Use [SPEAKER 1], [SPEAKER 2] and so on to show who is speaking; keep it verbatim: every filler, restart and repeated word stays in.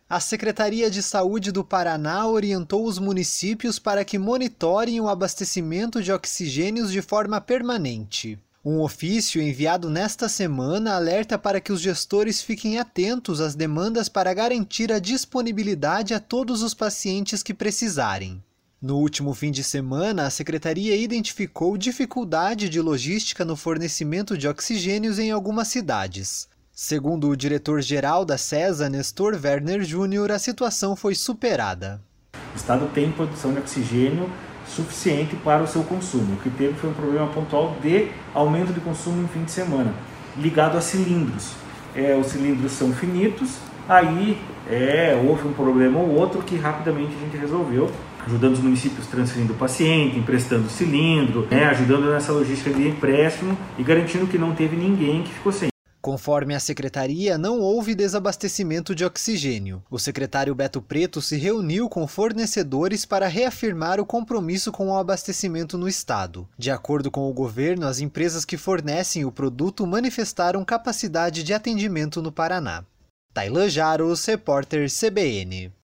[SPEAKER 1] A Secretaria de Saúde do Paraná orientou os municípios para que monitorem o abastecimento de oxigênios de forma permanente. Um ofício enviado nesta semana alerta para que os gestores fiquem atentos às demandas para garantir a disponibilidade a todos os pacientes que precisarem. No último fim de semana, a Secretaria identificou dificuldade de logística no fornecimento de oxigênios em algumas cidades. Segundo o diretor-geral da SESA, Nestor Werner Júnior, a situação foi superada.
[SPEAKER 2] O estado tem produção de oxigênio suficiente para o seu consumo. O que teve foi um problema pontual de aumento de consumo no fim de semana, ligado a cilindros. É, os cilindros são finitos, aí é, houve um problema ou outro que rapidamente a gente resolveu, ajudando os municípios transferindo o paciente, emprestando cilindro, né, ajudando nessa logística de empréstimo e garantindo que não teve ninguém que ficou sem.
[SPEAKER 1] Conforme a secretaria, não houve desabastecimento de oxigênio. O secretário Beto Preto se reuniu com fornecedores para reafirmar o compromisso com o abastecimento no estado. De acordo com o governo, as empresas que fornecem o produto manifestaram capacidade de atendimento no Paraná. Tailan Jaros, repórter C B N.